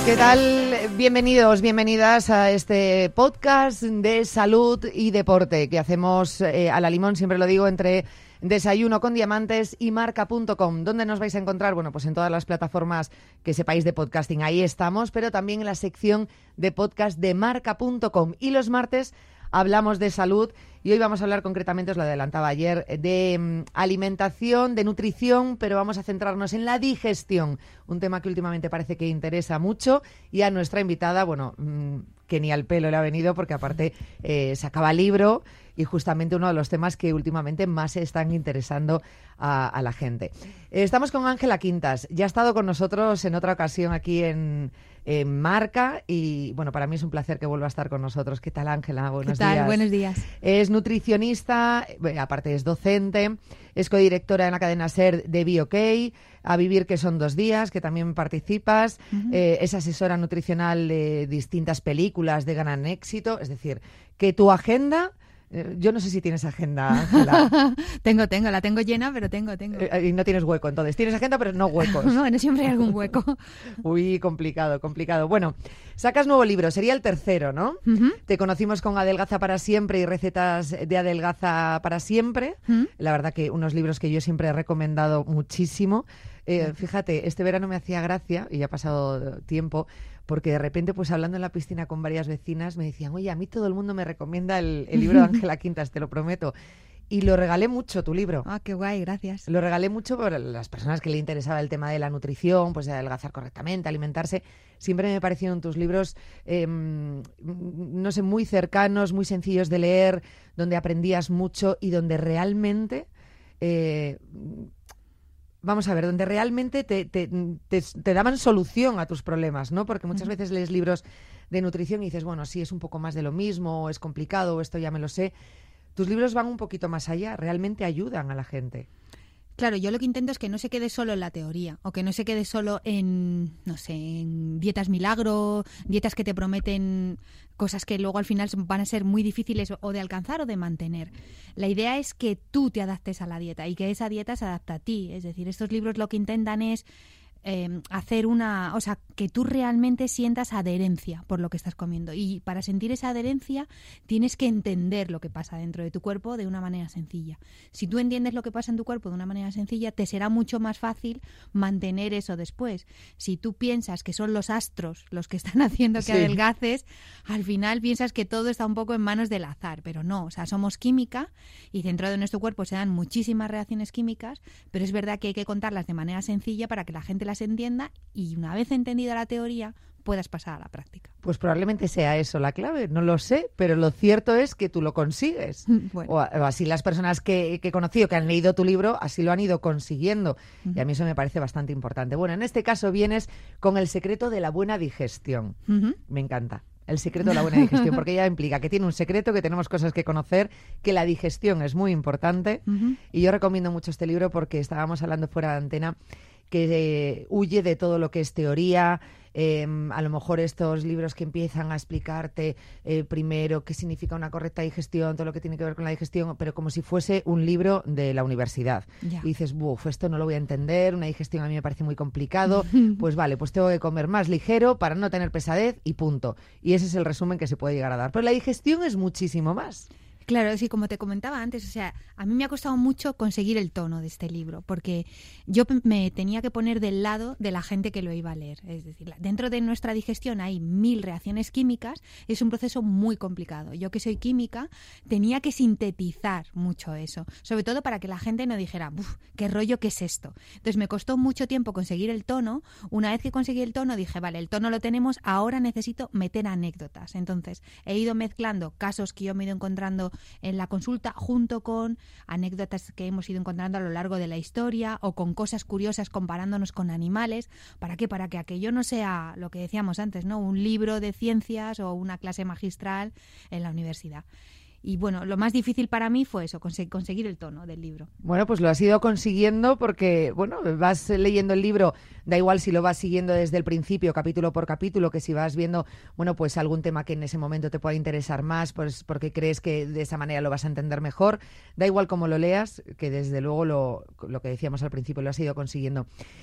¿Qué tal? Bienvenidos, bienvenidas a este podcast de salud y deporte que hacemos a la limón, siempre lo digo, entre Desayuno con Diamantes y Marca.com. ¿Dónde nos vais a encontrar? Bueno, pues en todas las plataformas que sepáis de podcasting, ahí estamos, pero también en la sección de podcast de Marca.com. Y los martes hablamos de salud y hoy vamos a hablar concretamente, os lo adelantaba ayer, de alimentación, de nutrición, pero vamos a centrarnos en la digestión, un tema que últimamente parece que interesa mucho, y a nuestra invitada, bueno, que ni al pelo le ha venido porque aparte sacaba libro y justamente uno de los temas que últimamente más se están interesando a la gente. Estamos con Ángela Quintas, ya ha estado con nosotros en otra ocasión aquí en Marca y bueno, para mí es un placer que vuelva a estar con nosotros. ¿Qué tal, Ángela? Buenos días. ¿Qué tal? Buenos días. Es nutricionista, aparte es docente, es codirectora en la cadena SER de BioK, A Vivir que son 2 días, que también participas, es asesora nutricional de distintas películas de gran éxito, es decir, que tu agenda... Yo no sé si tienes agenda, Ángela. La tengo llena, pero tengo. Y no tienes hueco, entonces. Tienes agenda, pero no huecos. No siempre hay algún hueco. Uy, complicado. Bueno, sacas nuevo libro, sería el tercero, ¿no? Te conocimos con Adelgaza para siempre y recetas de Adelgaza para siempre. La verdad que unos libros que yo siempre he recomendado muchísimo. Fíjate, este verano me hacía gracia, y ya ha pasado tiempo, porque de repente, pues hablando en la piscina con varias vecinas, me decían, oye, a mí todo el mundo me recomienda el libro de Ángela Quintas, te lo prometo. Y lo regalé mucho, tu libro. Ah, qué guay, gracias. Lo regalé mucho por las personas que le interesaba el tema de la nutrición, pues de adelgazar correctamente, alimentarse. Siempre me parecieron tus libros, no sé, muy cercanos, muy sencillos de leer, donde aprendías mucho y donde realmente... Vamos a ver, donde realmente te daban solución a tus problemas, ¿no? Porque muchas veces lees libros de nutrición y dices, bueno, sí, es un poco más de lo mismo, o es complicado, o esto ya me lo sé. Tus libros van un poquito más allá, realmente ayudan a la gente. Claro, yo lo que intento es que no se quede solo en la teoría, o que no se quede solo en, no sé, en dietas milagro, dietas que te prometen cosas que luego al final van a ser muy difíciles o de alcanzar o de mantener. La idea es que tú te adaptes a la dieta y que esa dieta se adapte a ti. Es decir, estos libros lo que intentan es hacer que tú realmente sientas adherencia por lo que estás comiendo, y para sentir esa adherencia tienes que entender lo que pasa dentro de tu cuerpo de una manera sencilla. Si tú entiendes lo que pasa en tu cuerpo de una manera sencilla, te será mucho más fácil mantener eso después. Si tú piensas que son los astros los que están haciendo que adelgaces, al final piensas que todo está un poco en manos del azar, pero no, o sea, somos química y dentro de nuestro cuerpo se dan muchísimas reacciones químicas, pero es verdad que hay que contarlas de manera sencilla para que la gente las entienda y una vez entendida la teoría puedas pasar a la práctica. Pues probablemente sea eso la clave, no lo sé, pero lo cierto es que tú lo consigues. Bueno. O así las personas que he conocido que han leído tu libro, así lo han ido consiguiendo. Y a mí eso me parece bastante importante. Bueno, en este caso vienes con el secreto de la buena digestión. Me encanta. El secreto de la buena digestión, porque ya implica que tiene un secreto, que tenemos cosas que conocer, que la digestión es muy importante. Y yo recomiendo mucho este libro porque estábamos hablando fuera de antena que huye de todo lo que es teoría, a lo mejor estos libros que empiezan a explicarte primero qué significa una correcta digestión, todo lo que tiene que ver con la digestión, pero como si fuese un libro de la universidad. Y dices, esto no lo voy a entender, una digestión a mí me parece muy complicado, pues vale, pues tengo que comer más ligero para no tener pesadez y punto. Y ese es el resumen que se puede llegar a dar. Pero la digestión es muchísimo más. Claro, sí, como te comentaba antes, o sea, a mí me ha costado mucho conseguir el tono de este libro, porque yo me tenía que poner del lado de la gente que lo iba a leer. Es decir, dentro de nuestra digestión hay 1000 reacciones químicas, es un proceso muy complicado. Yo que soy química, tenía que sintetizar mucho eso, sobre todo para que la gente no dijera, qué rollo, ¿qué es esto? Entonces me costó mucho tiempo conseguir el tono. Una vez que conseguí el tono, dije, vale, el tono lo tenemos, ahora necesito meter anécdotas. Entonces he ido mezclando casos que yo me he ido encontrando en la consulta junto con anécdotas que hemos ido encontrando a lo largo de la historia o con cosas curiosas comparándonos con animales. ¿Para qué? Para que aquello no sea lo que decíamos antes, ¿no? Un libro de ciencias o una clase magistral en la universidad. Y bueno, lo más difícil para mí fue eso, conseguir el tono del libro. Bueno, pues lo has ido consiguiendo porque, bueno, vas leyendo el libro, da igual si lo vas siguiendo desde el principio, capítulo por capítulo, que si vas viendo, bueno, pues algún tema que en ese momento te pueda interesar más, pues porque crees que de esa manera lo vas a entender mejor. Da igual cómo lo leas, que desde luego lo que decíamos al principio lo has ido consiguiendo.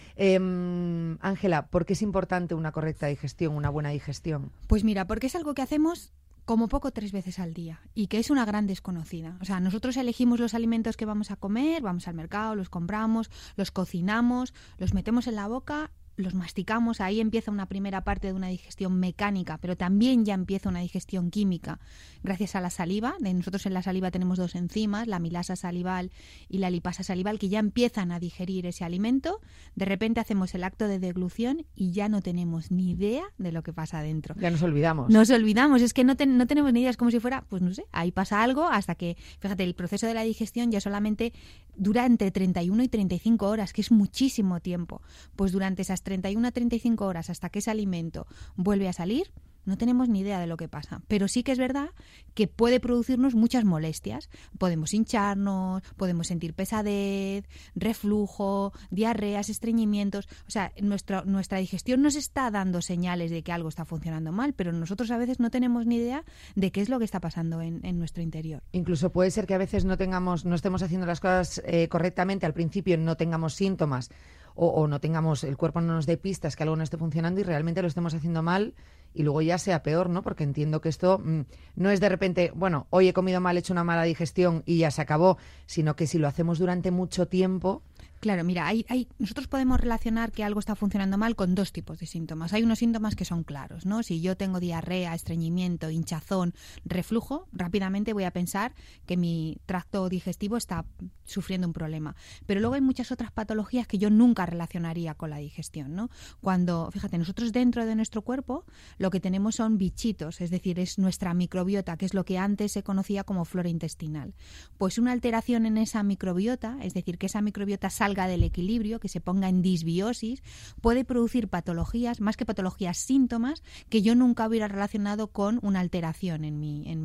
Ángela, ¿por qué es importante una correcta digestión, una buena digestión? Pues mira, porque es algo que hacemos como poco 3 veces al día y que es una gran desconocida. O sea, nosotros elegimos los alimentos que vamos a comer, vamos al mercado, los compramos, los cocinamos, los metemos en la boca, los masticamos, ahí empieza una primera parte de una digestión mecánica, pero también ya empieza una digestión química gracias a la saliva. Nosotros en la saliva tenemos 2 enzimas, la amilasa salival y la lipasa salival, que ya empiezan a digerir ese alimento. De repente hacemos el acto de deglución y ya no tenemos ni idea de lo que pasa adentro. Ya nos olvidamos. Nos olvidamos, es que no tenemos ni idea, es como si fuera, pues no sé, ahí pasa algo hasta que, fíjate, el proceso de la digestión ya solamente dura entre 31 y 35 horas, que es muchísimo tiempo. Pues durante esas 31 a 35 horas hasta que ese alimento vuelve a salir, no tenemos ni idea de lo que pasa. Pero sí que es verdad que puede producirnos muchas molestias. Podemos hincharnos, podemos sentir pesadez, reflujo, diarreas, estreñimientos. O sea, nuestra digestión nos está dando señales de que algo está funcionando mal, pero nosotros a veces no tenemos ni idea de qué es lo que está pasando en nuestro interior. Incluso puede ser que a veces no estemos haciendo las cosas correctamente, al principio no tengamos síntomas o no tengamos, el cuerpo no nos dé pistas que algo no esté funcionando y realmente lo estemos haciendo mal y luego ya sea peor, ¿no? Porque entiendo que esto no es de repente, bueno, hoy he comido mal, he hecho una mala digestión y ya se acabó, sino que si lo hacemos durante mucho tiempo... Claro, mira, nosotros podemos relacionar que algo está funcionando mal con 2 tipos de síntomas. Hay unos síntomas que son claros, ¿no? Si yo tengo diarrea, estreñimiento, hinchazón, reflujo, rápidamente voy a pensar que mi tracto digestivo está sufriendo un problema. Pero luego hay muchas otras patologías que yo nunca relacionaría con la digestión, ¿no? Cuando, fíjate, nosotros dentro de nuestro cuerpo lo que tenemos son bichitos, es decir, es nuestra microbiota, que es lo que antes se conocía como flora intestinal. Pues una alteración en esa microbiota, es decir, que esa microbiota salga del equilibrio, que se ponga en disbiosis, puede producir patologías, más que patologías, síntomas que yo nunca hubiera relacionado con una alteración en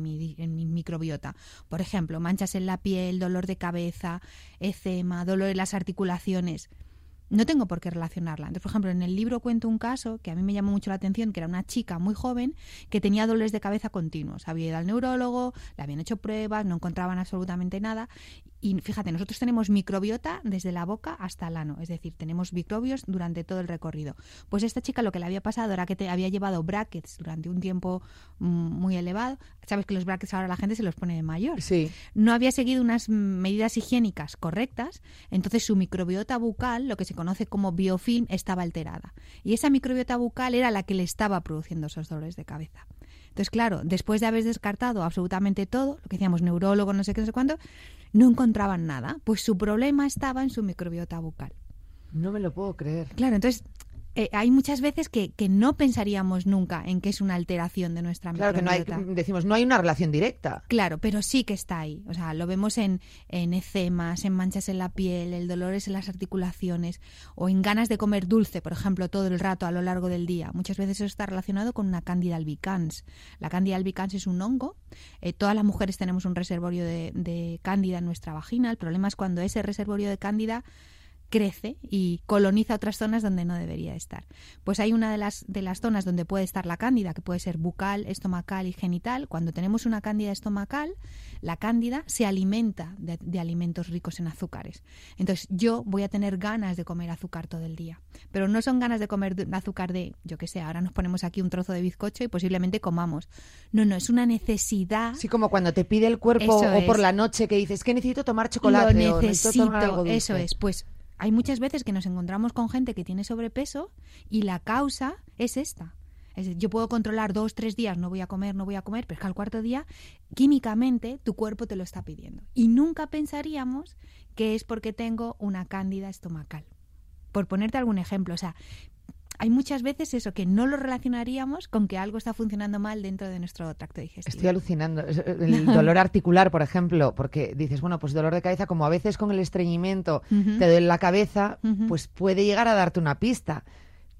mi microbiota. Por ejemplo, manchas en la piel, dolor de cabeza, eczema, dolor en las articulaciones. No tengo por qué relacionarla. Entonces, por ejemplo, en el libro cuento un caso que a mí me llamó mucho la atención, que era una chica muy joven que tenía dolores de cabeza continuos. Había ido al neurólogo, le habían hecho pruebas, no encontraban absolutamente nada. Y fíjate, nosotros tenemos microbiota desde la boca hasta el ano, es decir, tenemos microbios durante todo el recorrido. Pues esta chica lo que le había pasado era que había llevado brackets durante un tiempo muy elevado. Sabes que los brackets ahora la gente se los pone de mayor. Sí. No había seguido unas medidas higiénicas correctas, entonces su microbiota bucal, lo que se conoce como biofilm, estaba alterada. Y esa microbiota bucal era la que le estaba produciendo esos dolores de cabeza. Entonces, claro, después de haber descartado absolutamente todo, lo que decíamos, neurólogo, no sé qué, no sé cuánto, no encontraban nada. Pues su problema estaba en su microbiota bucal. No me lo puedo creer. Claro, entonces hay muchas veces que no pensaríamos nunca en que es una alteración de nuestra microbiota. Claro, que decimos, no hay una relación directa. Claro, pero sí que está ahí. O sea, lo vemos en eczemas, en manchas en la piel, en dolores en las articulaciones o en ganas de comer dulce, por ejemplo, todo el rato a lo largo del día. Muchas veces eso está relacionado con una Candida albicans. La Candida albicans es un hongo. Todas las mujeres tenemos un reservorio de Cándida en nuestra vagina. El problema es cuando ese reservorio de Cándida crece y coloniza otras zonas donde no debería estar. Pues hay una de las zonas donde puede estar la cándida, que puede ser bucal, estomacal y genital. Cuando tenemos una cándida estomacal, la cándida se alimenta de alimentos ricos en azúcares. Entonces yo voy a tener ganas de comer azúcar todo el día. Pero no son ganas de comer azúcar de, yo qué sé, ahora nos ponemos aquí un trozo de bizcocho y posiblemente comamos. No, es una necesidad. Sí, como cuando te pide el cuerpo o por la noche que dices que necesito tomar chocolate Lo o necesito tomar algo dulce. Eso es, pues hay muchas veces que nos encontramos con gente que tiene sobrepeso y la causa es esta. Es decir, yo puedo controlar 2-3 días, no voy a comer, pero es que al 4.º día, químicamente, tu cuerpo te lo está pidiendo. Y nunca pensaríamos que es porque tengo una cándida estomacal. Por ponerte algún ejemplo, o sea, hay muchas veces eso, que no lo relacionaríamos con que algo está funcionando mal dentro de nuestro tracto digestivo. Estoy alucinando. El dolor articular, por ejemplo, porque dices, bueno, pues dolor de cabeza, como a veces con el estreñimiento te duele la cabeza, pues puede llegar a darte una pista.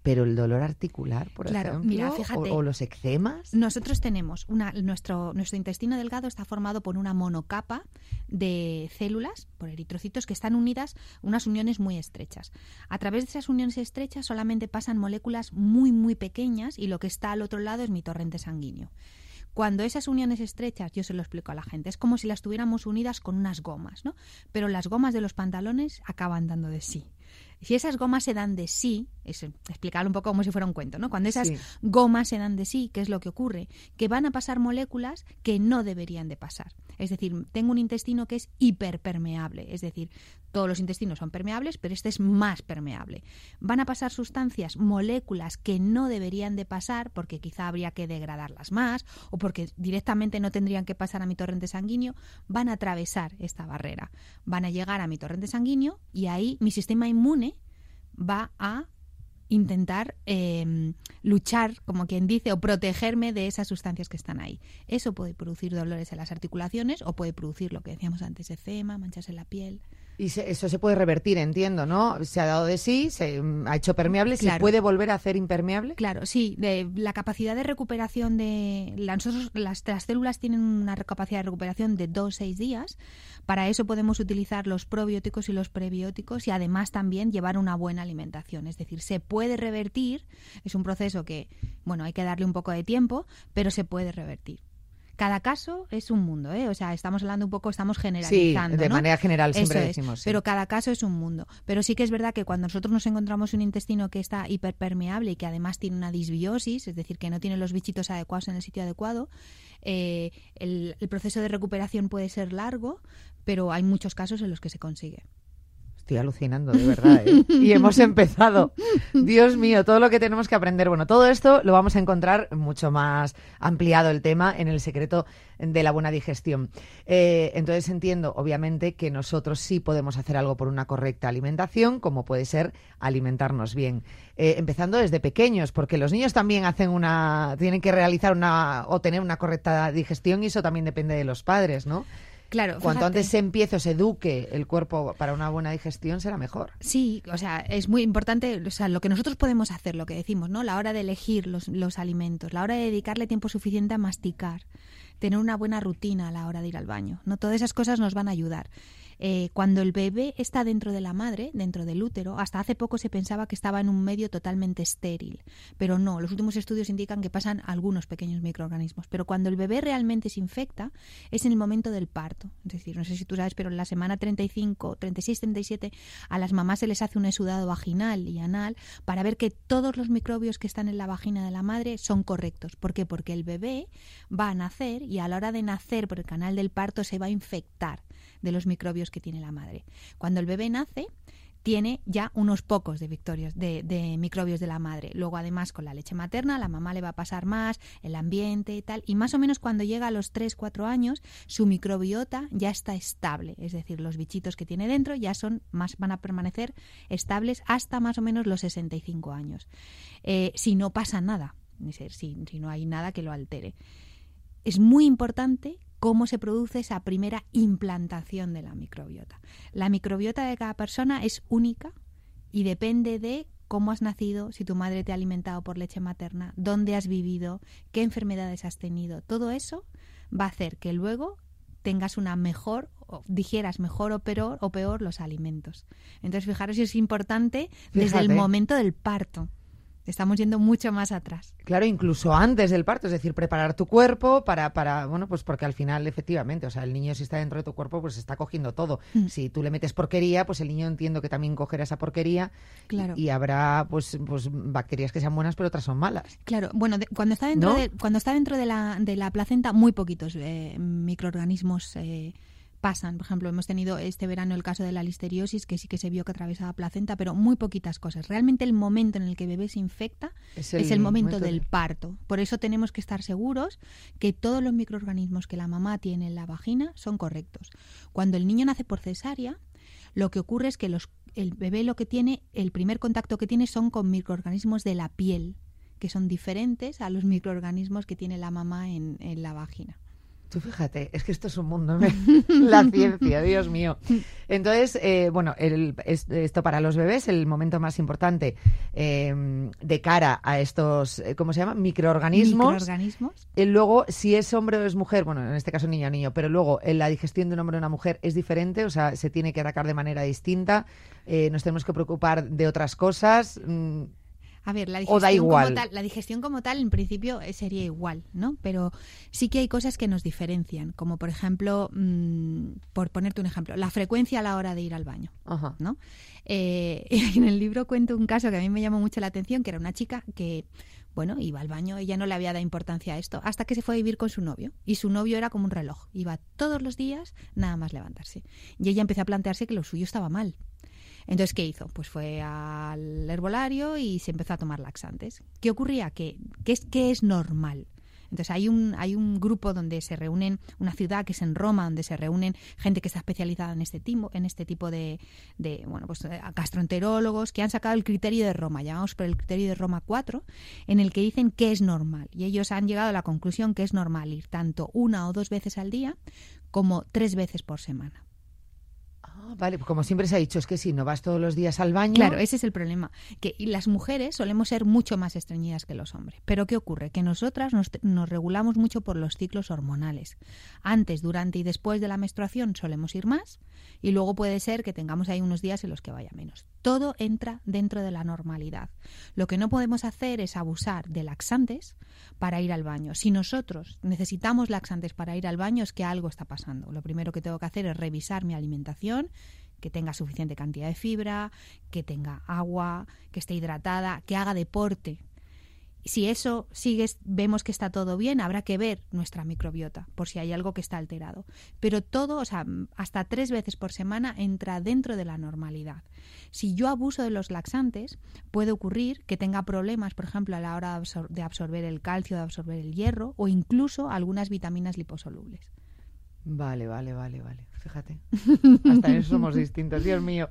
Pero el dolor articular, por ejemplo, mira, fíjate, o los eczemas. Nosotros tenemos nuestro intestino delgado está formado por una monocapa de células, por eritrocitos, que están unidas, unas uniones muy estrechas. A través de esas uniones estrechas solamente pasan moléculas muy, muy pequeñas y lo que está al otro lado es mi torrente sanguíneo. Cuando esas uniones estrechas, yo se lo explico a la gente, es como si las tuviéramos unidas con unas gomas, ¿no? Pero las gomas de los pantalones acaban dando de sí. Si esas gomas se dan de sí, es explicarlo un poco como si fuera un cuento, ¿no? Cuando esas gomas se dan de sí, ¿qué es lo que ocurre? Que van a pasar moléculas que no deberían de pasar. Es decir, tengo un intestino que es hiperpermeable, es decir, todos los intestinos son permeables, pero este es más permeable. Van a pasar sustancias, moléculas que no deberían de pasar porque quizá habría que degradarlas más o porque directamente no tendrían que pasar a mi torrente sanguíneo, van a atravesar esta barrera, van a llegar a mi torrente sanguíneo y ahí mi sistema inmune va a intentar luchar, como quien dice, o protegerme de esas sustancias que están ahí. Eso puede producir dolores en las articulaciones o puede producir lo que decíamos antes, eczema, manchas en la piel. Y eso se puede revertir, entiendo, ¿no? Se ha dado de sí, se ha hecho permeable, claro. ¿Se puede volver a hacer impermeable? Claro, sí. La capacidad de recuperación las células tienen una capacidad de recuperación de 2-6 días. Para eso podemos utilizar los probióticos y los prebióticos y además también llevar una buena alimentación. Es decir, se puede revertir, es un proceso que, bueno, hay que darle un poco de tiempo, pero se puede revertir. Cada caso es un mundo, ¿eh? O sea, estamos hablando un poco, estamos generalizando, sí, de ¿no? manera general siempre Eso decimos. Sí. Pero cada caso es un mundo. Pero sí que es verdad que cuando nosotros nos encontramos un intestino que está hiperpermeable y que además tiene una disbiosis, es decir, que no tiene los bichitos adecuados en el sitio adecuado, el proceso de recuperación puede ser largo, pero hay muchos casos en los que se consigue. Estoy alucinando, de verdad, ¿eh? Y hemos empezado. Dios mío, todo lo que tenemos que aprender. Bueno, todo esto lo vamos a encontrar mucho más ampliado el tema en el secreto de la buena digestión. Entonces entiendo, obviamente, que nosotros sí podemos hacer algo por una correcta alimentación, como puede ser alimentarnos bien. Empezando desde pequeños, porque los niños también tienen que realizar o tener una correcta digestión y eso también depende de los padres, ¿no? Claro, cuanto antes se empiece o se eduque el cuerpo para una buena digestión, será mejor. Sí, o sea, es muy importante, o sea, lo que nosotros podemos hacer, lo que decimos, ¿no? La hora de elegir los alimentos, la hora de dedicarle tiempo suficiente a masticar, tener una buena rutina a la hora de ir al baño, ¿no? Todas esas cosas nos van a ayudar. Cuando el bebé está dentro de la madre, dentro del útero, hasta hace poco se pensaba que estaba en un medio totalmente estéril, pero no, los últimos estudios indican que pasan algunos pequeños microorganismos, pero cuando el bebé realmente se infecta es en el momento del parto, es decir, no sé si tú sabes, pero en la semana 35, 36, 37 a las mamás se les hace un exudado vaginal y anal para ver que todos los microbios que están en la vagina de la madre son correctos. ¿Por qué? Porque el bebé va a nacer y a la hora de nacer por el canal del parto se va a infectar de los microbios que tiene la madre. Cuando el bebé nace, tiene ya unos pocos de microbios de la madre. Luego, además, con la leche materna, la mamá le va a pasar más, el ambiente y tal. Y más o menos cuando llega a los 3-4 años, su microbiota ya está estable. Es decir, los bichitos que tiene dentro ya van a permanecer estables hasta más o menos los 65 años. Si no pasa nada, es decir, si no hay nada que lo altere. Es muy importante cómo se produce esa primera implantación de la microbiota. La microbiota de cada persona es única y depende de cómo has nacido, si tu madre te ha alimentado por leche materna, dónde has vivido, qué enfermedades has tenido. Todo eso va a hacer que luego tengas una mejor, o digieras mejor o peor los alimentos. Entonces, fijaros si es importante desde el momento del parto. Estamos yendo mucho más atrás. Claro, incluso antes del parto, es decir, preparar tu cuerpo para bueno, pues porque al final, efectivamente, o sea, el niño si está dentro de tu cuerpo, pues está cogiendo todo. Si tú le metes porquería, pues el niño entiendo que también cogerá esa porquería. Claro. Y habrá pues bacterias que sean buenas, pero otras son malas. Claro, bueno, cuando está dentro de la placenta, muy poquitos microorganismos pasan. Por ejemplo, hemos tenido este verano el caso de la listeriosis, que sí que se vio que atravesaba placenta, pero muy poquitas cosas. Realmente el momento en el que el bebé se infecta es el momento del parto. Por eso tenemos que estar seguros que todos los microorganismos que la mamá tiene en la vagina son correctos. Cuando el niño nace por cesárea, lo que ocurre es que el bebé el primer contacto que tiene son con microorganismos de la piel, que son diferentes a los microorganismos que tiene la mamá en la vagina. Tú fíjate, es que esto es un mundo, la ciencia, Dios mío. Entonces, esto para los bebés, el momento más importante de cara a estos, ¿cómo se llama? Microorganismos. Luego, si es hombre o es mujer, bueno, en este caso niño o niño, pero luego la digestión de un hombre o una mujer es diferente, o sea, se tiene que atacar de manera distinta, nos tenemos que preocupar de otras cosas. A ver, o da igual. La digestión como tal, en principio, sería igual, ¿no? Pero sí que hay cosas que nos diferencian, como por ejemplo, por ponerte un ejemplo, la frecuencia a la hora de ir al baño, Ajá. ¿no? En el libro cuento un caso que a mí me llamó mucho la atención, que era una chica que, bueno, iba al baño, ella no le había dado importancia a esto, hasta que se fue a vivir con su novio. Y su novio era como un reloj, iba todos los días nada más levantarse. Y ella empezó a plantearse que lo suyo estaba mal. Entonces, ¿qué hizo? Pues fue al herbolario y se empezó a tomar laxantes. ¿Qué ocurría? ¿Qué es normal? Entonces hay un grupo donde se reúnen, una ciudad que es en Roma, donde se reúnen gente que está especializada en este tipo de gastroenterólogos que han sacado el criterio de Roma, llamamos por el criterio de Roma 4, en el que dicen qué es normal. Y ellos han llegado a la conclusión que es normal ir tanto 1 o 2 veces al día como 3 veces por semana. Vale, pues como siempre se ha dicho, es que si no vas todos los días al baño... Claro, ese es el problema. Que las mujeres solemos ser mucho más estreñidas que los hombres. Pero ¿qué ocurre? Que nosotras nos regulamos mucho por los ciclos hormonales. Antes, durante y después de la menstruación solemos ir más y luego puede ser que tengamos ahí unos días en los que vaya menos. Todo entra dentro de la normalidad. Lo que no podemos hacer es abusar de laxantes para ir al baño. Si nosotros necesitamos laxantes para ir al baño, es que algo está pasando. Lo primero que tengo que hacer es revisar mi alimentación, que tenga suficiente cantidad de fibra, que tenga agua, que esté hidratada, que haga deporte. Si eso vemos que está todo bien, habrá que ver nuestra microbiota por si hay algo que está alterado. Pero todo, o sea, hasta 3 veces por semana entra dentro de la normalidad. Si yo abuso de los laxantes, puede ocurrir que tenga problemas, por ejemplo, a la hora de absorber el calcio, de absorber el hierro o incluso algunas vitaminas liposolubles. Vale. Fíjate, hasta en eso somos distintos, Dios mío.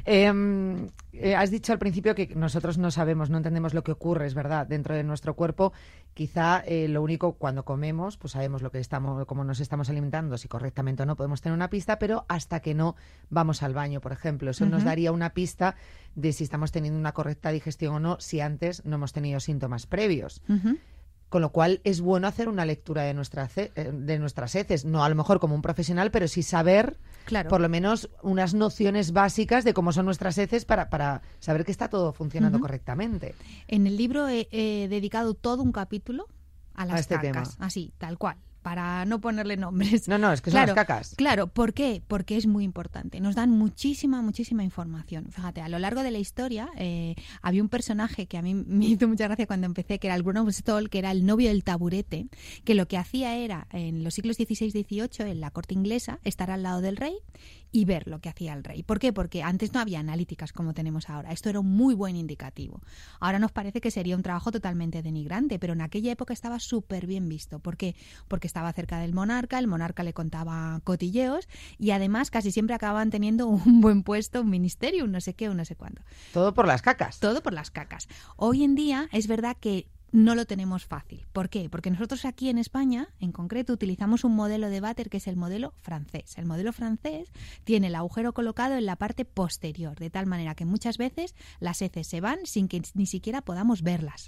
Has dicho al principio que nosotros no sabemos, no entendemos lo que ocurre, es verdad, dentro de nuestro cuerpo. Quizá lo único, cuando comemos, pues sabemos cómo nos estamos alimentando, si correctamente o no podemos tener una pista, pero hasta que no vamos al baño, por ejemplo. Eso nos daría una pista de si estamos teniendo una correcta digestión o no, si antes no hemos tenido síntomas previos. Con lo cual es bueno hacer una lectura de nuestras heces, no a lo mejor como un profesional, pero sí saber, claro, por lo menos unas nociones básicas de cómo son nuestras heces para saber que está todo funcionando correctamente. En el libro he dedicado todo un capítulo a las este cacas, tema. Así, tal cual, para no ponerle nombres. No, es que son las cacas. Claro, ¿por qué? Porque es muy importante. Nos dan muchísima información. Fíjate, a lo largo de la historia había un personaje que a mí me hizo mucha gracia cuando empecé, que era el Bruno Stoll, que era el novio del taburete, que lo que hacía era, en los siglos XVI y XVIII, en la corte inglesa, estar al lado del rey y ver lo que hacía el rey. ¿Por qué? Porque antes no había analíticas como tenemos ahora. Esto era un muy buen indicativo. Ahora nos parece que sería un trabajo totalmente denigrante, pero en aquella época estaba súper bien visto. ¿Por qué? Porque estaba cerca del monarca, el monarca le contaba cotilleos y además casi siempre acababan teniendo un buen puesto, un ministerio, un no sé qué, un no sé cuánto. Todo por las cacas. Todo por las cacas. Hoy en día es verdad que no lo tenemos fácil. ¿Por qué? Porque nosotros aquí en España, en concreto, utilizamos un modelo de váter que es el modelo francés. El modelo francés tiene el agujero colocado en la parte posterior, de tal manera que muchas veces las heces se van sin que ni siquiera podamos verlas.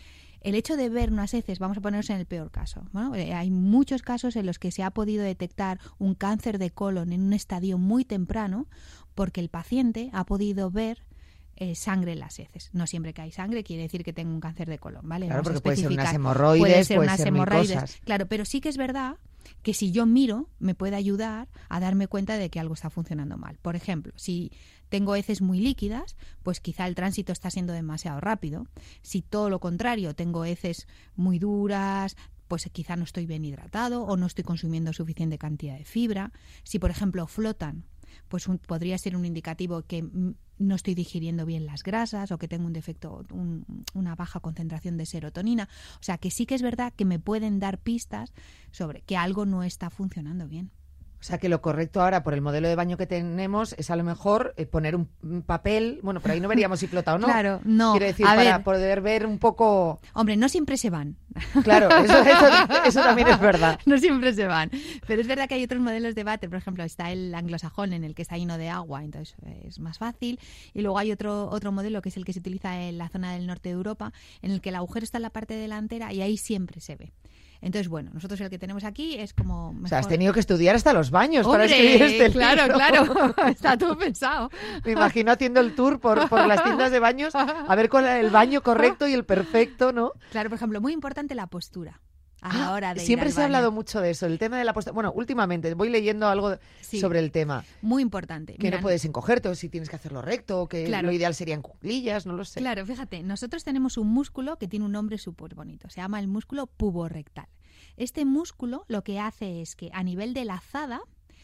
El hecho de ver unas heces, vamos a ponernos en el peor caso, ¿no? Hay muchos casos en los que se ha podido detectar un cáncer de colon en un estadio muy temprano porque el paciente ha podido ver sangre en las heces. No siempre que hay sangre quiere decir que tengo un cáncer de colon, ¿vale? Claro, vamos porque a especificar. Puede ser unas hemorroides. Cosas. Claro, pero sí que es verdad que si yo miro me puede ayudar a darme cuenta de que algo está funcionando mal. Por ejemplo, si tengo heces muy líquidas, pues quizá el tránsito está siendo demasiado rápido. Si todo lo contrario, tengo heces muy duras, pues quizá no estoy bien hidratado o no estoy consumiendo suficiente cantidad de fibra. Si, por ejemplo, flotan, pues podría ser un indicativo que no estoy digiriendo bien las grasas o que tengo un defecto, una baja concentración de serotonina. O sea, que sí que es verdad que me pueden dar pistas sobre que algo no está funcionando bien. O sea que lo correcto ahora, por el modelo de baño que tenemos, es a lo mejor poner un papel, bueno, por ahí no veríamos si flota o no. Claro, no. Quiero decir, para poder ver un poco... Hombre, no siempre se van. Claro, eso también es verdad. No siempre se van. Pero es verdad que hay otros modelos de váter, por ejemplo, está el anglosajón en el que está lleno de agua, entonces es más fácil. Y luego hay otro modelo que es el que se utiliza en la zona del norte de Europa, en el que el agujero está en la parte delantera y ahí siempre se ve. Entonces, bueno, nosotros el que tenemos aquí es como mejor. O sea, has tenido que estudiar hasta los baños. ¡Hombre! Para escribir este claro, libro. Claro, está todo pensado. Me imagino haciendo el tour por las tiendas de baños a ver cuál era el baño correcto y el perfecto, ¿no? Claro, por ejemplo, muy importante la postura. A la hora de siempre ir al se ha baño. hablado mucho de eso, el tema de la postura. Bueno, últimamente voy leyendo algo sobre el tema. Muy importante. Que no puedes encogerte o si tienes que hacerlo recto, o que lo ideal serían cuclillas, no lo sé. Claro, fíjate, nosotros tenemos un músculo que tiene un nombre súper bonito. Se llama el músculo puborectal. Este músculo lo que hace es que a nivel de la azada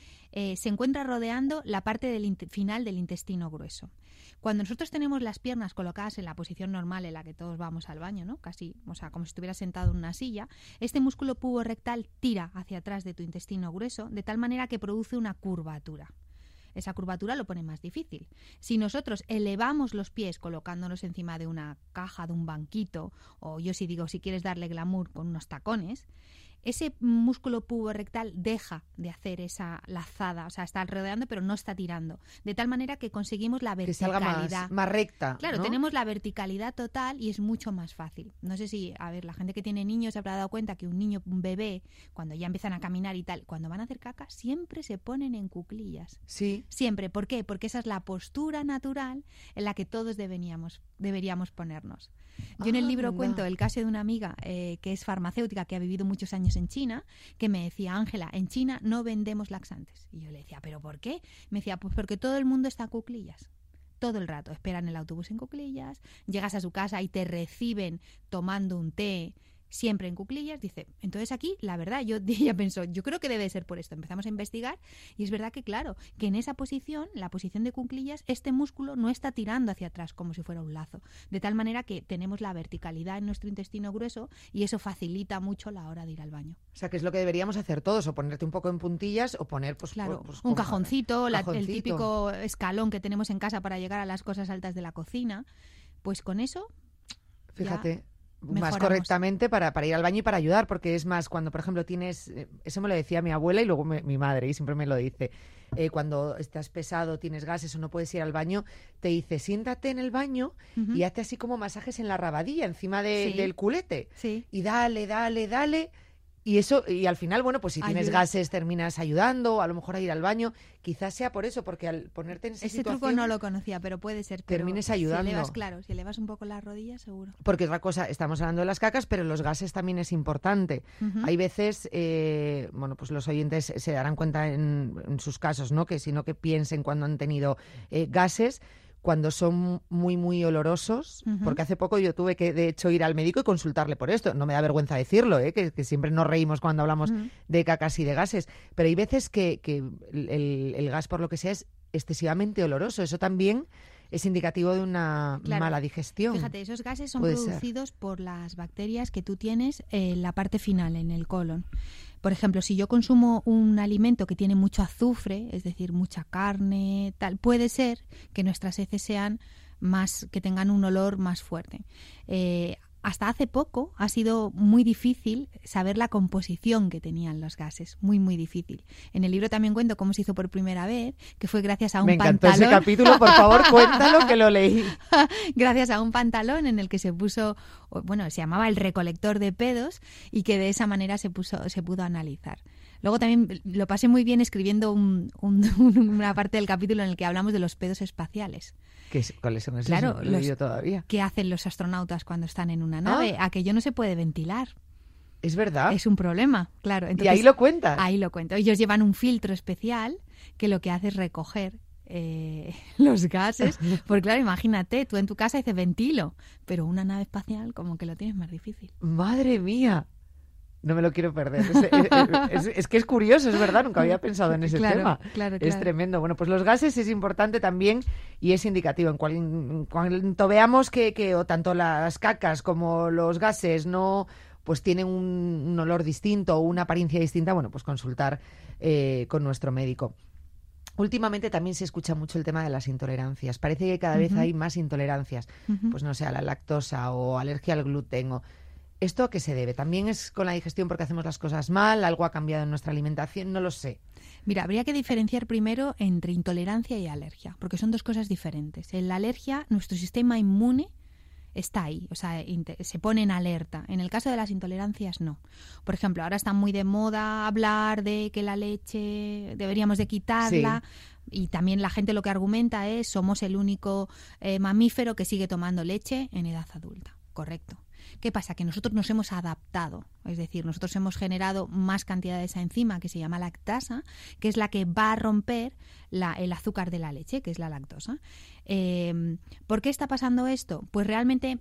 se encuentra rodeando la parte final del intestino grueso. Cuando nosotros tenemos las piernas colocadas en la posición normal en la que todos vamos al baño, ¿no? Casi, o sea, como si estuvieras sentado en una silla, este músculo puborectal tira hacia atrás de tu intestino grueso de tal manera que produce una curvatura. Esa curvatura lo pone más difícil. Si nosotros elevamos los pies colocándonos encima de una caja, de un banquito, o yo si digo, si quieres darle glamour con unos tacones, ese músculo puborectal deja de hacer esa lazada, o sea, está rodeando pero no está tirando, de tal manera que conseguimos la verticalidad. Que salga más recta. Claro, ¿no? tenemos la verticalidad total y es mucho más fácil. No sé si, a ver, la gente que tiene niños se habrá dado cuenta que un bebé, cuando ya empiezan a caminar y tal, cuando van a hacer caca, siempre se ponen en cuclillas. Sí. Siempre. ¿Por qué? Porque esa es la postura natural en la que todos deberíamos ponernos. Yo en el libro cuento el caso de una amiga que es farmacéutica, que ha vivido muchos años en China, que me decía, Ángela, en China no vendemos laxantes. Y yo le decía, ¿pero por qué? Me decía, pues porque todo el mundo está a cuclillas. Todo el rato. Esperan el autobús en cuclillas, llegas a su casa y te reciben tomando un té, siempre en cuclillas. Dice, entonces aquí, la verdad, ella pensó, yo creo que debe ser por esto. Empezamos a investigar y es verdad que, claro, que en esa posición, la posición de cuclillas, este músculo no está tirando hacia atrás como si fuera un lazo. De tal manera que tenemos la verticalidad en nuestro intestino grueso y eso facilita mucho la hora de ir al baño. O sea, que es lo que deberíamos hacer todos, o ponerte un poco en puntillas o poner, pues, claro, pues un cajoncito, el típico escalón que tenemos en casa para llegar a las cosas altas de la cocina. Pues con eso, fíjate, mejoramos. Más correctamente para ir al baño y para ayudar, porque es más, cuando por ejemplo tienes, eso me lo decía mi abuela y luego mi madre, y siempre me lo dice, cuando estás pesado, tienes gases o no puedes ir al baño, te dice, siéntate en el baño y hazte así como masajes en la rabadilla, encima del culete, y dale, y eso, y al final, bueno, pues si tienes gases terminas ayudando, a lo mejor a ir al baño, quizás sea por eso, porque al ponerte en esa situación... Ese truco no lo conocía, pero puede ser. Termines ayudando. Si elevas un poco las rodillas, seguro. Porque otra cosa, estamos hablando de las cacas, pero los gases también es importante. Hay veces, bueno, pues los oyentes se darán cuenta en sus casos, ¿no? Que sino que piensen cuando han tenido gases, cuando son muy, muy olorosos, porque hace poco yo tuve que, de hecho, ir al médico y consultarle por esto. No me da vergüenza decirlo, que siempre nos reímos cuando hablamos de cacas y de gases, pero hay veces que el gas, por lo que sea, es excesivamente oloroso. Eso también es indicativo de una mala digestión. Fíjate, esos gases son producidos por las bacterias que tú tienes en la parte final, en el colon. Por ejemplo, si yo consumo un alimento que tiene mucho azufre, es decir, mucha carne, tal, puede ser que nuestras heces sean que tengan un olor más fuerte. Hasta hace poco ha sido muy difícil saber la composición que tenían los gases, muy, muy difícil. En el libro también cuento cómo se hizo por primera vez, que fue gracias a un pantalón. Me encantó ese capítulo, por favor, cuéntalo, que lo leí. Gracias a un pantalón en el que se puso, bueno, se llamaba el recolector de pedos y que de esa manera se pudo analizar. Luego también lo pasé muy bien escribiendo una parte del capítulo en el que hablamos de los pedos espaciales. ¿Cuáles son esos? Claro, no lo he oído todavía. ¿Qué hacen los astronautas cuando están en una nave? Aquello no se puede ventilar. Es verdad. Es un problema, claro. Entonces, y ahí lo cuentas. Ahí lo cuento. Ellos llevan un filtro especial que lo que hace es recoger los gases. Porque claro, imagínate, tú en tu casa dices ventilo, pero una nave espacial como que lo tienes más difícil. ¡Madre mía! No me lo quiero perder. Es que es curioso, es verdad, nunca había pensado en ese tema. Claro. Es tremendo. Bueno, pues los gases es importante también y es indicativo. En cuanto veamos que o tanto las cacas como los gases no pues tienen un olor distinto o una apariencia distinta, bueno, pues consultar con nuestro médico. Últimamente también se escucha mucho el tema de las intolerancias. Parece que cada vez hay más intolerancias, pues no sé, a la lactosa o alergia al gluten. ¿Esto a qué se debe? ¿También es con la digestión porque hacemos las cosas mal? ¿Algo ha cambiado en nuestra alimentación? No lo sé. Mira, habría que diferenciar primero entre intolerancia y alergia, porque son dos cosas diferentes. En la alergia, nuestro sistema inmune está ahí, o sea, se pone en alerta. En el caso de las intolerancias, no. Por ejemplo, ahora está muy de moda hablar de que la leche deberíamos de quitarla. Sí. Y también la gente lo que argumenta es somos el único mamífero que sigue tomando leche en edad adulta. Correcto. ¿Qué pasa? Que nosotros nos hemos adaptado, es decir, nosotros hemos generado más cantidad de esa enzima que se llama lactasa, que es la que va a romper el azúcar de la leche, que es la lactosa. ¿Por qué está pasando esto? Pues realmente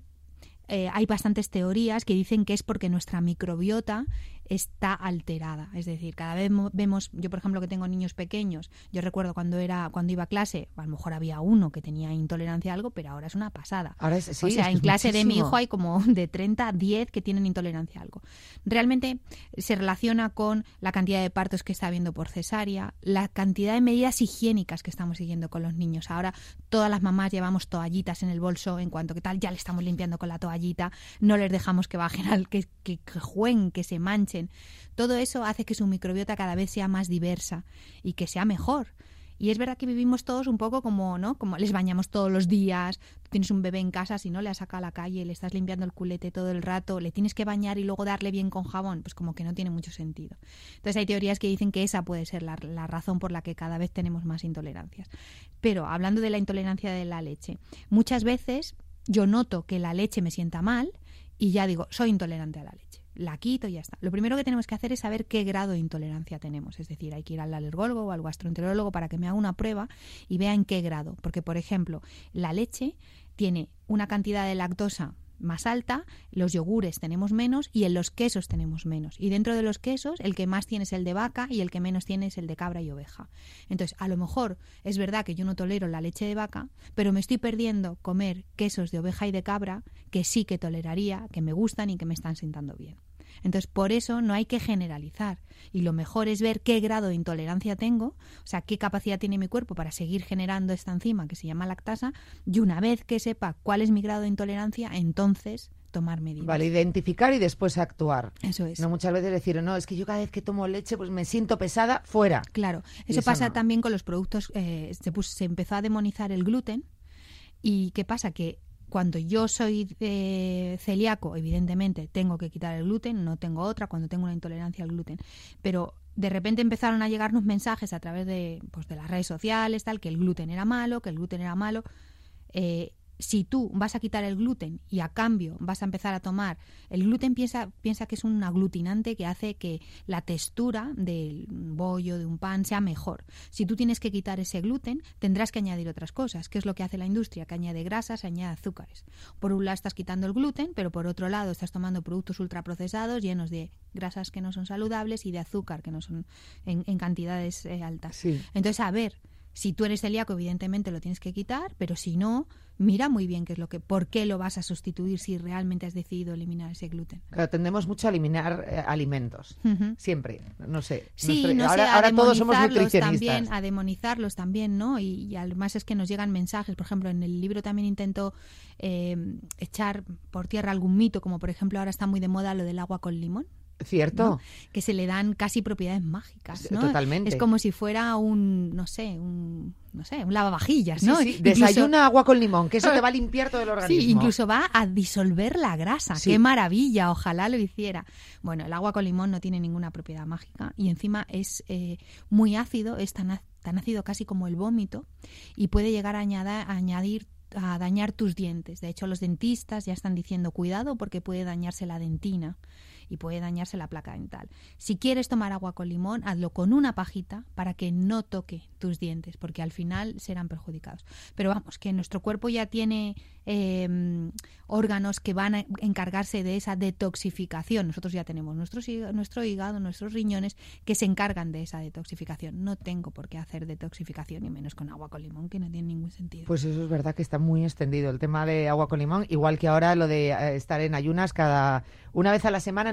hay bastantes teorías que dicen que es porque nuestra microbiota está alterada. Es decir, cada vez vemos, yo por ejemplo que tengo niños pequeños, yo recuerdo cuando iba a clase, a lo mejor había uno que tenía intolerancia a algo, pero ahora es una pasada. Ahora sí, o sea, en clase muchísimo. De mi hijo hay como de 30 a 10 que tienen intolerancia a algo. Realmente se relaciona con la cantidad de partos que está habiendo por cesárea, la cantidad de medidas higiénicas que estamos siguiendo con los niños. Ahora todas las mamás llevamos toallitas en el bolso, en cuanto que tal, ya le estamos limpiando con la toallita, no les dejamos que bajen, que jueguen, que se manchen. Todo eso hace que su microbiota cada vez sea más diversa y que sea mejor. Y es verdad que vivimos todos un poco como, ¿no? Como les bañamos todos los días, tú tienes un bebé en casa, si no le has sacado a la calle, le estás limpiando el culete todo el rato, le tienes que bañar y luego darle bien con jabón, pues como que no tiene mucho sentido. Entonces hay teorías que dicen que esa puede ser la razón por la que cada vez tenemos más intolerancias. Pero hablando de la intolerancia de la leche, muchas veces yo noto que la leche me sienta mal y ya digo, soy intolerante a la leche. La quito y ya está. Lo primero que tenemos que hacer es saber qué grado de intolerancia tenemos. Es decir, hay que ir al alergólogo o al gastroenterólogo para que me haga una prueba y vea en qué grado. Porque, por ejemplo, la leche tiene una cantidad de lactosa más alta, los yogures tenemos menos y en los quesos tenemos menos. Y dentro de los quesos, el que más tiene es el de vaca y el que menos tiene es el de cabra y oveja. Entonces, a lo mejor es verdad que yo no tolero la leche de vaca, pero me estoy perdiendo comer quesos de oveja y de cabra que sí que toleraría, que me gustan y que me están sentando bien. Entonces, por eso no hay que generalizar. Y lo mejor es ver qué grado de intolerancia tengo, o sea, qué capacidad tiene mi cuerpo para seguir generando esta enzima que se llama lactasa, y una vez que sepa cuál es mi grado de intolerancia, entonces tomar medidas. Vale, identificar y después actuar. Eso es. No muchas veces decir, no, es que yo cada vez que tomo leche pues me siento pesada, fuera. Claro, eso pasa también con los productos, se empezó a demonizar el gluten, y ¿qué pasa? Que cuando yo soy celíaco, evidentemente tengo que quitar el gluten, no tengo otra, cuando tengo una intolerancia al gluten. Pero de repente empezaron a llegarnos mensajes a través de las redes sociales, tal, que el gluten era malo, Si tú vas a quitar el gluten y a cambio vas a empezar a tomar el gluten, piensa que es un aglutinante que hace que la textura del bollo, de un pan, sea mejor. Si tú tienes que quitar ese gluten, tendrás que añadir otras cosas, que es lo que hace la industria, que añade grasas, añade azúcares. Por un lado estás quitando el gluten, pero por otro lado estás tomando productos ultraprocesados llenos de grasas que no son saludables y de azúcar que no son en cantidades altas. Sí. Entonces, a ver, si tú eres celíaco, evidentemente lo tienes que quitar, pero si no, mira muy bien por qué lo vas a sustituir si realmente has decidido eliminar ese gluten. Claro, tendemos mucho a eliminar alimentos, siempre, no sé. Sí, ahora todos somos nutricionistas. También, a demonizarlos también, ¿no? Y además es que nos llegan mensajes, por ejemplo, en el libro también intento echar por tierra algún mito, como por ejemplo ahora está muy de moda lo del agua con limón. Cierto. ¿No? Que se le dan casi propiedades mágicas, ¿no? Totalmente. Es como si fuera un lavavajillas, ¿no? Sí. Desayuna agua con limón, que eso te va a limpiar todo el organismo. Sí, incluso va a disolver la grasa. Sí. ¡Qué maravilla! Ojalá lo hiciera. Bueno, el agua con limón no tiene ninguna propiedad mágica y encima es muy ácido, es tan ácido casi como el vómito y puede llegar a dañar tus dientes. De hecho, los dentistas ya están diciendo cuidado porque puede dañarse la dentina y puede dañarse la placa dental. Si quieres tomar agua con limón, hazlo con una pajita para que no toque tus dientes, porque al final serán perjudicados. Pero vamos, que nuestro cuerpo ya tiene órganos que van a encargarse de esa detoxificación. Nosotros ya tenemos nuestro hígado, nuestros riñones que se encargan de esa detoxificación. No tengo por qué hacer detoxificación, y menos con agua con limón, que no tiene ningún sentido. Pues eso es verdad que está muy extendido el tema de agua con limón, igual que ahora lo de estar en ayunas una vez a la semana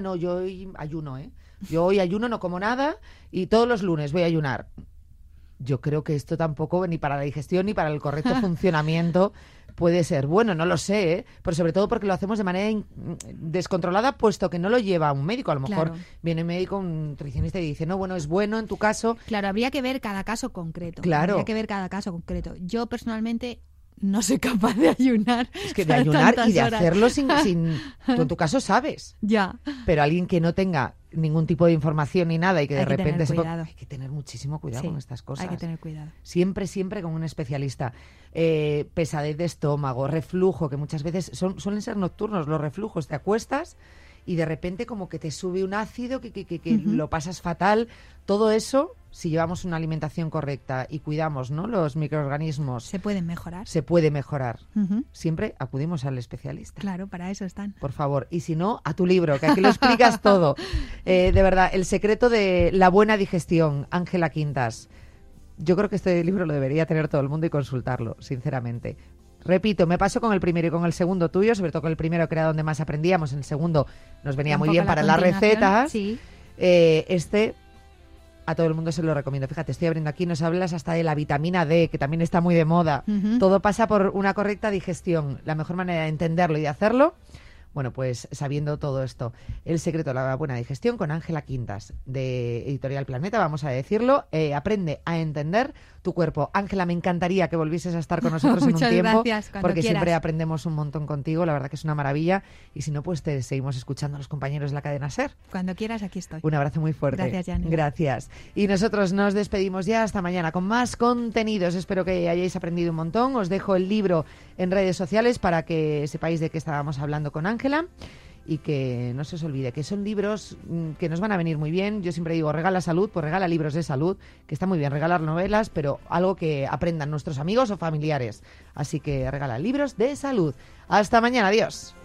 no, yo hoy ayuno, yo hoy ayuno, no como nada y todos los lunes voy a ayunar. Yo creo que esto tampoco, ni para la digestión ni para el correcto funcionamiento, puede ser bueno, no lo sé, pero sobre todo porque lo hacemos de manera descontrolada, puesto que no lo lleva un médico. A lo mejor viene un médico, un nutricionista y dice, no, bueno, es bueno en tu caso. Claro, habría que ver cada caso concreto. Claro. Habría que ver cada caso concreto. Yo personalmente no soy capaz de ayunar. Es que de ayunar y de horas. hacerlo sin tú en tu caso sabes. Ya. Pero alguien que no tenga ningún tipo de información ni nada y que de repente hay que tener muchísimo cuidado con estas cosas. Hay que tener cuidado. Siempre con un especialista. Pesadez de estómago, reflujo, que muchas veces suelen ser nocturnos los reflujos. Te acuestas y de repente como que te sube un ácido que lo pasas fatal. Todo eso, si llevamos una alimentación correcta y cuidamos, ¿no?, los microorganismos, se pueden mejorar. Se puede mejorar. Siempre acudimos al especialista. Claro, para eso están. Por favor. Y si no, a tu libro, que aquí lo explicas todo. De verdad, El secreto de la buena digestión, Ángela Quintas. Yo creo que este libro lo debería tener todo el mundo y consultarlo, sinceramente. Repito, me pasó con el primero y con el segundo tuyo, sobre todo con el primero, que era donde más aprendíamos. En el segundo nos venía muy bien para las recetas. Sí. A todo el mundo se lo recomiendo. Fíjate, estoy abriendo aquí, nos hablas hasta de la vitamina D, que también está muy de moda. Todo pasa por una correcta digestión. La mejor manera de entenderlo y de hacerlo, bueno, pues sabiendo todo esto. El secreto de la buena digestión con Ángela Quintas, de Editorial Planeta, vamos a decirlo. Aprende a entender tu cuerpo. Ángela, me encantaría que volvieses a estar con nosotros en un tiempo. Muchas gracias, cuando porque quieras. Siempre aprendemos un montón contigo, la verdad que es una maravilla. Y si no, pues te seguimos escuchando a los compañeros de la cadena SER. Cuando quieras, aquí estoy. Un abrazo muy fuerte. Gracias, Yanela. Gracias. Y nosotros nos despedimos ya hasta mañana con más contenidos. Espero que hayáis aprendido un montón. Os dejo el libro en redes sociales para que sepáis de qué estábamos hablando con Ángela. Y que no se os olvide que son libros que nos van a venir muy bien. Yo siempre digo, regala salud, pues regala libros de salud, que está muy bien regalar novelas, pero algo que aprendan nuestros amigos o familiares. Así que regala libros de salud. Hasta mañana, adiós.